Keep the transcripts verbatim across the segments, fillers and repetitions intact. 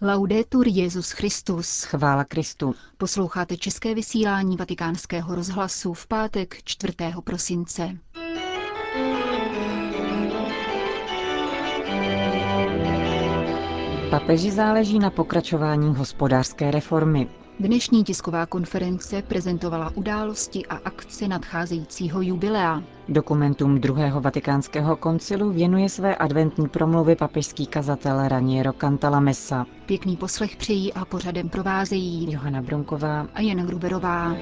Laudetur Jesus Christus. Chvála Kristu. Posloucháte české vysílání Vatikánského rozhlasu v pátek čtvrtého prosince. Papeži záleží na pokračování hospodářské reformy. Dnešní tisková konference prezentovala události a akce nadcházejícího jubilea. Dokumentům druhého vatikánského koncilu věnuje své adventní promluvy papežský kazatel Raniero Cantalamessa. Pěkný poslech přejí a pořadem provázejí Johana Brunková a Jana Gruberová.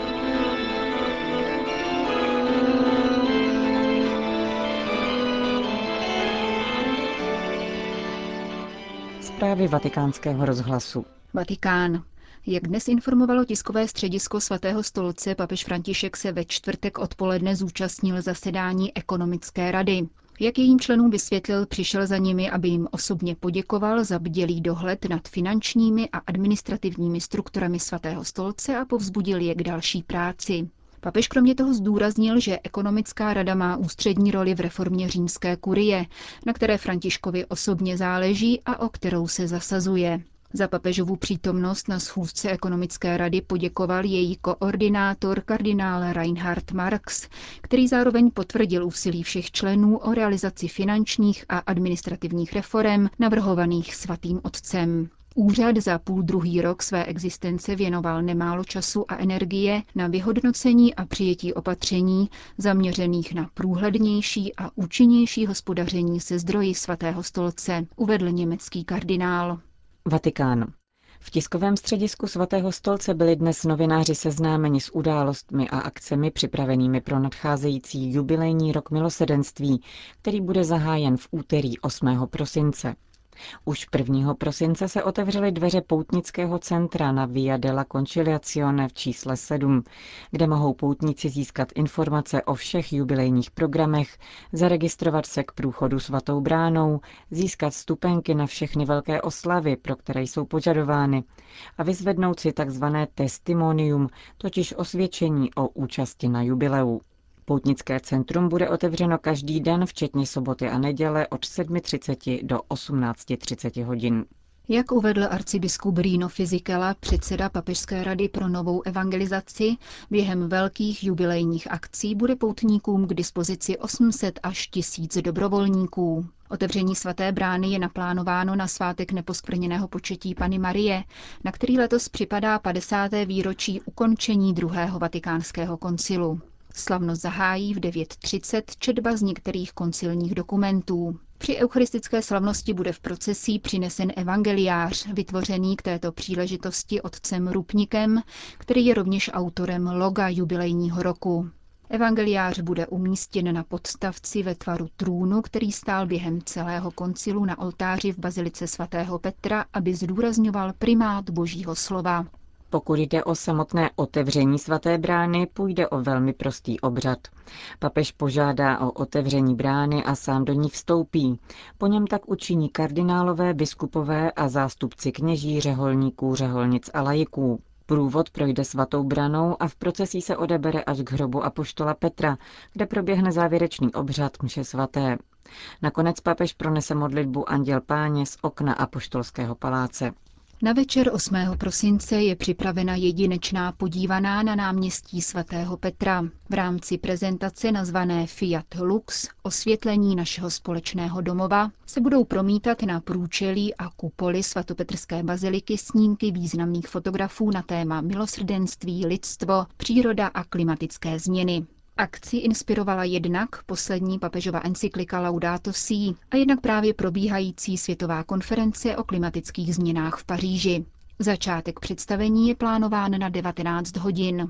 Zprávy vatikánského rozhlasu. Vatikán. Jak dnes informovalo tiskové středisko Svatého stolce, papež František se ve čtvrtek odpoledne zúčastnil zasedání ekonomické rady. Jak jejím členům vysvětlil, přišel za nimi, aby jim osobně poděkoval za bdělý dohled nad finančními a administrativními strukturami Svatého stolce a povzbudil je k další práci. Papež kromě toho zdůraznil, že ekonomická rada má ústřední roli v reformě římské kurie, na které Františkovi osobně záleží a o kterou se zasazuje. Za papežovu přítomnost na schůzce ekonomické rady poděkoval její koordinátor kardinál Reinhard Marx, který zároveň potvrdil úsilí všech členů o realizaci finančních a administrativních reforem navrhovaných svatým otcem. Úřad za půl druhý rok své existence věnoval nemálo času a energie na vyhodnocení a přijetí opatření zaměřených na průhlednější a účinnější hospodaření se zdroji Svatého stolce, uvedl německý kardinál. Vatikán. V tiskovém středisku Svatého stolce byli dnes novináři seznámeni s událostmi a akcemi připravenými pro nadcházející jubilejní rok milosedenství, který bude zahájen v úterý osmého prosince. Už prvního prosince se otevřely dveře poutnického centra na Via della Conciliazione v čísle sedm, kde mohou poutníci získat informace o všech jubilejních programech, zaregistrovat se k průchodu svatou bránou, získat vstupenky na všechny velké oslavy, pro které jsou požadovány, a vyzvednout si tzv. Testimonium, totiž osvědčení o účasti na jubileu. Poutnické centrum bude otevřeno každý den, včetně soboty a neděle od sedm třicet do osmnáct třicet hodin. Jak uvedl arcibiskup Rino Fisichella, předseda Papežské rady pro novou evangelizaci, během velkých jubilejních akcí bude poutníkům k dispozici osm set až tisíc dobrovolníků. Otevření svaté brány je naplánováno na svátek neposkvrněného početí Panny Marie, na který letos připadá padesáté výročí ukončení druhého vatikánského koncilu. Slavnost zahájí v devět třicet četba z některých koncilních dokumentů. Při eucharistické slavnosti bude v procesí přinesen evangeliář, vytvořený k této příležitosti otcem Rupnikem, který je rovněž autorem loga jubilejního roku. Evangeliář bude umístěn na podstavci ve tvaru trůnu, který stál během celého koncilu na oltáři v bazilice svatého Petra, aby zdůrazňoval primát Božího slova. Pokud jde o samotné otevření svaté brány, půjde o velmi prostý obřad. Papež požádá o otevření brány a sám do ní vstoupí. Po něm tak učiní kardinálové, biskupové a zástupci kněží, řeholníků, řeholnic a laiků. Průvod projde svatou branou a v procesí se odebere až k hrobu apoštola Petra, kde proběhne závěrečný obřad mše svaté. Nakonec papež pronese modlitbu Anděl Páně z okna apoštolského paláce. Na večer osmého prosince je připravena jedinečná podívaná na náměstí svatého Petra. V rámci prezentace nazvané Fiat Lux, osvětlení našeho společného domova, se budou promítat na průčelí a kupoli svatopetrské baziliky snímky významných fotografů na téma milosrdenství, lidstvo, příroda a klimatické změny. Akci inspirovala jednak poslední papežova encyklika Laudato Si a jednak právě probíhající světová konference o klimatických změnách v Paříži. Začátek představení je plánován na devatenáct hodin.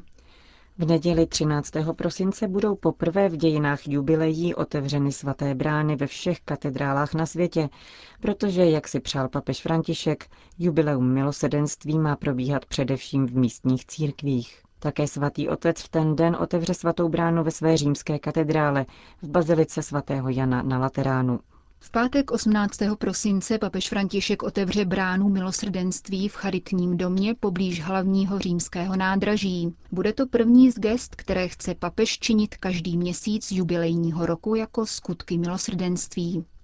V neděli třináctého prosince budou poprvé v dějinách jubilejí otevřeny svaté brány ve všech katedrálách na světě, protože, jak si přál papež František, jubileum milosedenství má probíhat především v místních církvích. Také svatý otec v ten den otevře svatou bránu ve své římské katedrále v bazilice svatého Jana na Lateránu. V pátek osmnáctého prosince papež František otevře bránu milosrdenství v charitním domě poblíž hlavního římského nádraží. Bude to první z gest, které chce papež činit každý měsíc jubilejního roku jako skutky milosrdenství.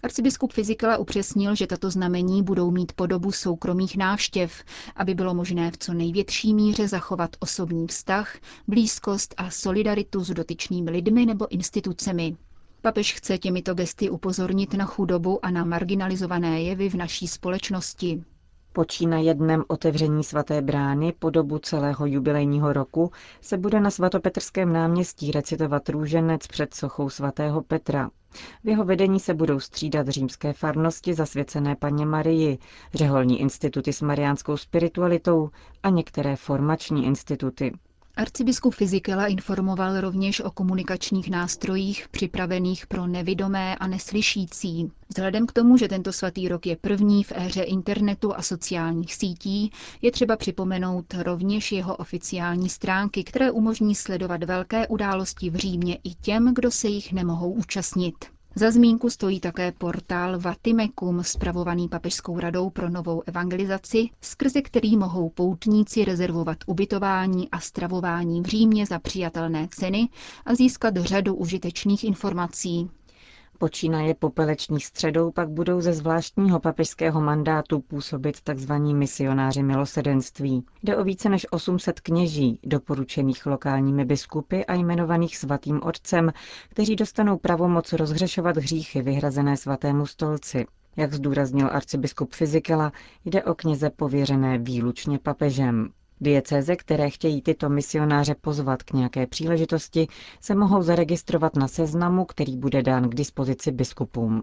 Arcibiskup Fisichella upřesnil, že tato znamení budou mít podobu soukromých návštěv, aby bylo možné v co největší míře zachovat osobní vztah, blízkost a solidaritu s dotyčnými lidmi nebo institucemi. Papež chce těmito gesty upozornit na chudobu a na marginalizované jevy v naší společnosti. Počínaje dnem otevření svaté brány po dobu celého jubilejního roku se bude na svatopetrském náměstí recitovat růženec před sochou svatého Petra. V jeho vedení se budou střídat římské farnosti zasvěcené Panně Marii, řeholní instituty s mariánskou spiritualitou a některé formační instituty. Arcibiskup Fisichella informoval rovněž o komunikačních nástrojích připravených pro nevidomé a neslyšící. Vzhledem k tomu, že tento svatý rok je první v éře internetu a sociálních sítí, je třeba připomenout rovněž jeho oficiální stránky, které umožní sledovat velké události v Římě i těm, kdo se jich nemohou účastnit. Za zmínku stojí také portál Vatimecum, spravovaný Papežskou radou pro novou evangelizaci, skrze který mohou poutníci rezervovat ubytování a stravování v Římě za přijatelné ceny a získat řadu užitečných informací. Počínaje popeleční středou pak budou ze zvláštního papežského mandátu působit tzv. Misionáři milosedenství. Jde o více než osm set kněží, doporučených lokálními biskupy a jmenovaných svatým otcem, kteří dostanou pravomoc rozhřešovat hříchy vyhrazené svatému stolci. Jak zdůraznil arcibiskup Fisichella, jde o kněze pověřené výlučně papežem. Diecéze, které chtějí tyto misionáře pozvat k nějaké příležitosti, se mohou zaregistrovat na seznamu, který bude dán k dispozici biskupům.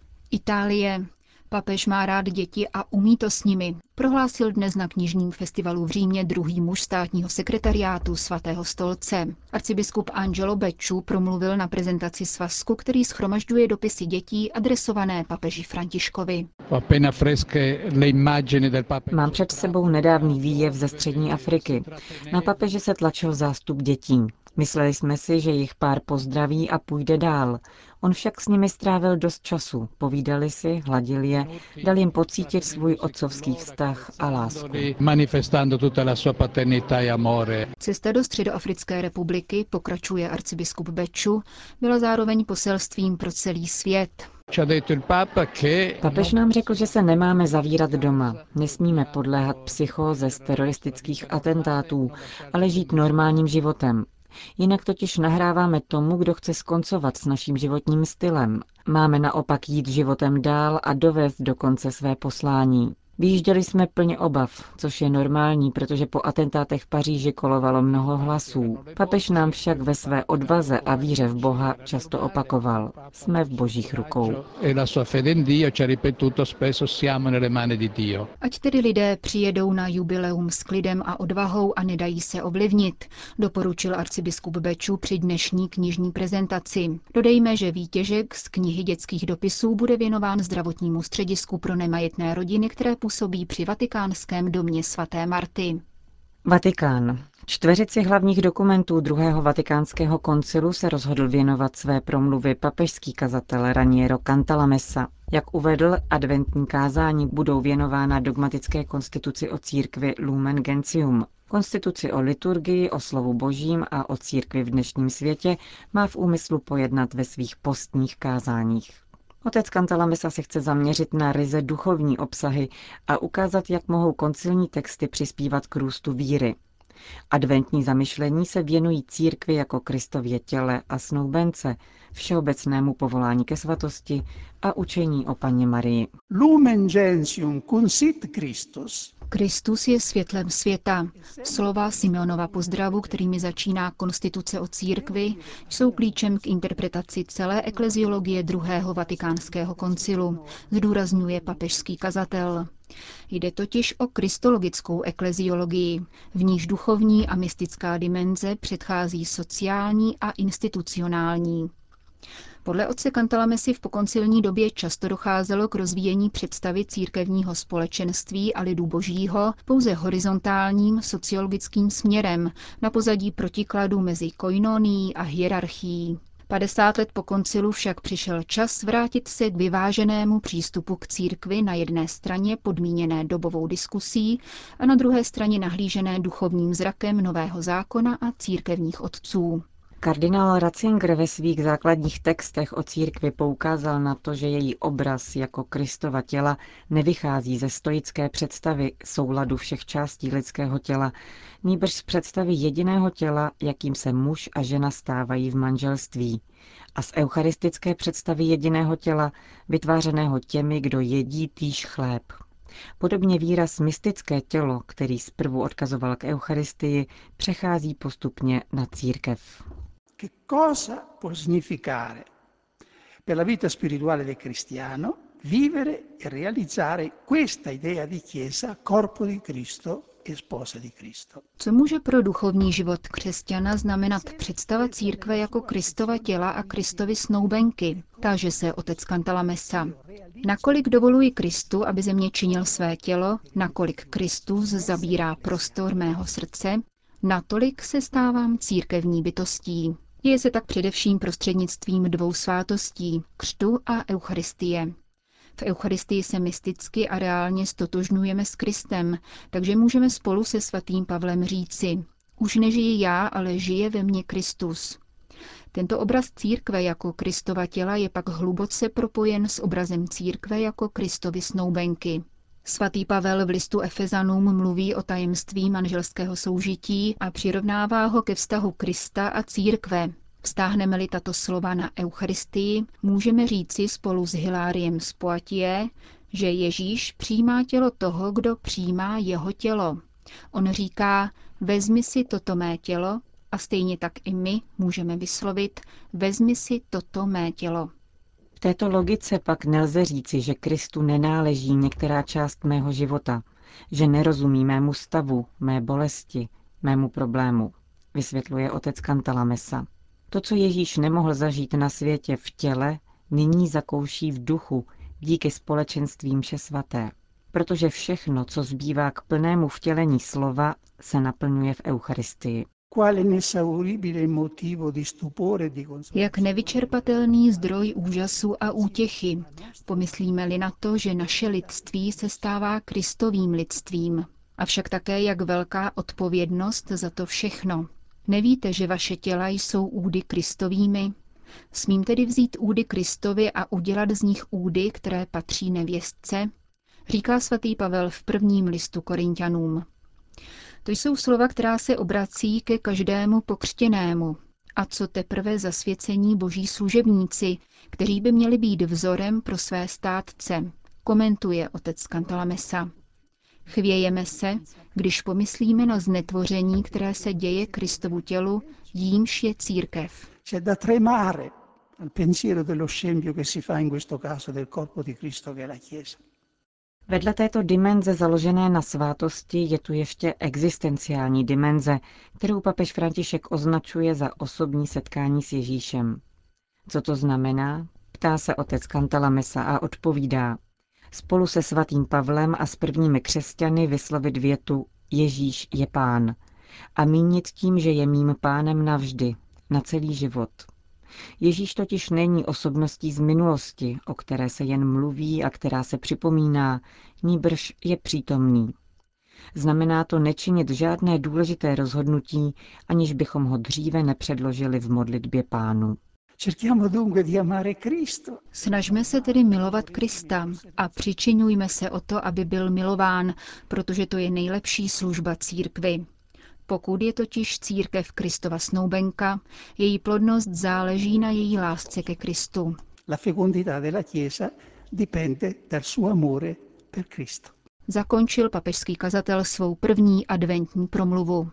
Itálie. Papež má rád děti a umí to s nimi, prohlásil dnes na knižním festivalu v Římě druhý muž státního sekretariátu svatého stolce. Arcibiskup Angelo Becciu promluvil na prezentaci svazku, který shromažďuje dopisy dětí adresované papeži Františkovi. Mám před sebou nedávný výjev ze střední Afriky. Na papeže se tlačil zástup dětí. Mysleli jsme si, že jich pár pozdraví a půjde dál. On však s nimi strávil dost času, povídali si, hladil je, dal jim pocítit svůj otcovský vztah a lásku. Cesta do Středoafrické republiky, pokračuje arcibiskup Becciu, byla zároveň poselstvím pro celý svět. Papež nám řekl, že se nemáme zavírat doma, nesmíme podléhat psychóze z teroristických atentátů, ale žít normálním životem. Jinak totiž nahráváme tomu, kdo chce skoncovat s naším životním stylem. Máme naopak jít životem dál a dovést do konce své poslání. Vyjížděli jsme plně obav, což je normální, protože po atentátech v Paříži kolovalo mnoho hlasů. Papež nám však ve své odvaze a víře v Boha často opakoval: jsme v Božích rukou. Ať tedy lidé přijedou na jubileum s klidem a odvahou a nedají se ovlivnit, doporučil arcibiskup Becciu při dnešní knižní prezentaci. Dodejme, že výtěžek z knihy dětských dopisů bude věnován zdravotnímu středisku pro nemajetné rodiny, které působí při vatikánském domě svaté Marty. Vatikán. Čtveřici hlavních dokumentů druhého vatikánského koncilu se rozhodl věnovat své promluvy papežský kazatel Raniero Cantalamessa. Jak uvedl, adventní kázání budou věnována dogmatické konstituci o církvi Lumen Gentium. Konstituci o liturgii, o slovu božím a o církvi v dnešním světě má v úmyslu pojednat ve svých postních kázáních. Otec Cantalamessa se chce zaměřit na ryze duchovní obsahy a ukázat, jak mohou koncilní texty přispívat k růstu víry. Adventní zamyšlení se věnují církvi jako Kristově těle a snoubence, všeobecnému povolání ke svatosti a učení o Panně Marii. Lumen gentium consit Christus. Kristus je světlem světa. Slova Simeonova pozdravu, kterými začíná konstituce o církvi, jsou klíčem k interpretaci celé ekleziologie druhého vatikánského koncilu, zdůrazňuje papežský kazatel. Jde totiž o kristologickou ekleziologii, v níž duchovní a mystická dimenze předchází sociální a institucionální. Podle otce Cantalamessy v pokoncilní době často docházelo k rozvíjení představy církevního společenství a lidu božího pouze horizontálním sociologickým směrem na pozadí protikladu mezi koinonií a hierarchií. padesát let po koncilu však přišel čas vrátit se k vyváženému přístupu k církvi, na jedné straně podmíněné dobovou diskusí a na druhé straně nahlížené duchovním zrakem Nového zákona a církevních otců. Kardinál Ratzinger ve svých základních textech o církvi poukázal na to, že její obraz jako Kristova těla nevychází ze stoické představy souladu všech částí lidského těla, nýbrž z představy jediného těla, jakým se muž a žena stávají v manželství, a z eucharistické představy jediného těla, vytvářeného těmi, kdo jedí týž chléb. Podobně výraz mystické tělo, který zprvu odkazoval k Eucharistii, přechází postupně na církev. Che cosa può significare per la vita spirituale del cristiano vivere e realizzare questa idea di Chiesa, corpo di Cristo e sposa di Cristo? Co může pro duchovní život křesťana znamenat představa církve jako Kristova těla a Kristovy snoubenky? Táže se otec Cantalamessa. Nakolik dovoluji Kristu, aby ze mě činil své tělo, nakolik Kristus zabírá prostor mého srdce, natolik se stávám církevní bytostí. Děje se tak především prostřednictvím dvou svátostí, křtu a eucharistie. V eucharistii se mysticky a reálně stotožňujeme s Kristem, takže můžeme spolu se svatým Pavlem říci: už nežiji já, ale žije ve mně Kristus. Tento obraz církve jako Kristova těla je pak hluboce propojen s obrazem církve jako Kristovy snoubenky. Svatý Pavel v listu Efezanům mluví o tajemství manželského soužití a přirovnává ho ke vztahu Krista a církve. Vztáhneme-li tato slova na Eucharistii, můžeme říci spolu s Hiláriem z Poitiers, že Ježíš přijímá tělo toho, kdo přijímá jeho tělo. On říká: vezmi si toto mé tělo, a stejně tak i my můžeme vyslovit: vezmi si toto mé tělo. V této logice pak nelze říci, že Kristu nenáleží některá část mého života, že nerozumí mému stavu, mé bolesti, mému problému, vysvětluje otec Cantalamessa. To, co Ježíš nemohl zažít na světě v těle, nyní zakouší v duchu díky společenství mše svaté. Protože všechno, co zbývá k plnému vtělení slova, se naplňuje v Eucharistii. Jak nevyčerpatelný zdroj úžasu a útěchy, pomyslíme-li na to, že naše lidství se stává Kristovým lidstvím. Avšak také jak velká odpovědnost za to všechno. Nevíte, že vaše těla jsou údy Kristovými? Smím tedy vzít údy Kristovi a udělat z nich údy, které patří nevěstce? Říká svatý Pavel v prvním listu Korinťanům. To jsou slova, která se obrací ke každému pokřtěnému. A co teprve zasvěcení boží služebníci, kteří by měli být vzorem pro své státce, komentuje otec Cantalamessa. Chvějeme se, když pomyslíme na znetvoření, které se děje Kristovu tělu, jímž je církev. Vedle této dimenze založené na svátosti je tu ještě existenciální dimenze, kterou papež František označuje za osobní setkání s Ježíšem. Co to znamená? Ptá se otec Cantalamessa a odpovídá: spolu se svatým Pavlem a s prvními křesťany vyslovit větu Ježíš je Pán a mínit tím, že je mým pánem navždy, na celý život. Ježíš totiž není osobností z minulosti, o které se jen mluví a která se připomíná, nýbrž je přítomný. Znamená to nečinit žádné důležité rozhodnutí, aniž bychom ho dříve nepředložili v modlitbě Pánu. Snažme se tedy milovat Krista a přičiňujme se o to, aby byl milován, protože to je nejlepší služba církvi. Pokud je totiž církev Kristova snoubenka, její plodnost záleží na její lásce ke Kristu. Zakončil papežský kazatel svou první adventní promluvu.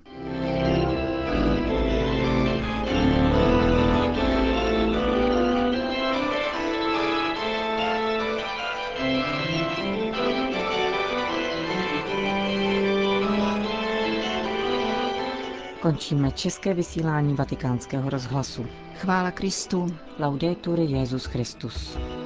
Končíme české vysílání Vatikánského rozhlasu. Chvála Kristu. Laudetur Jesus Christus.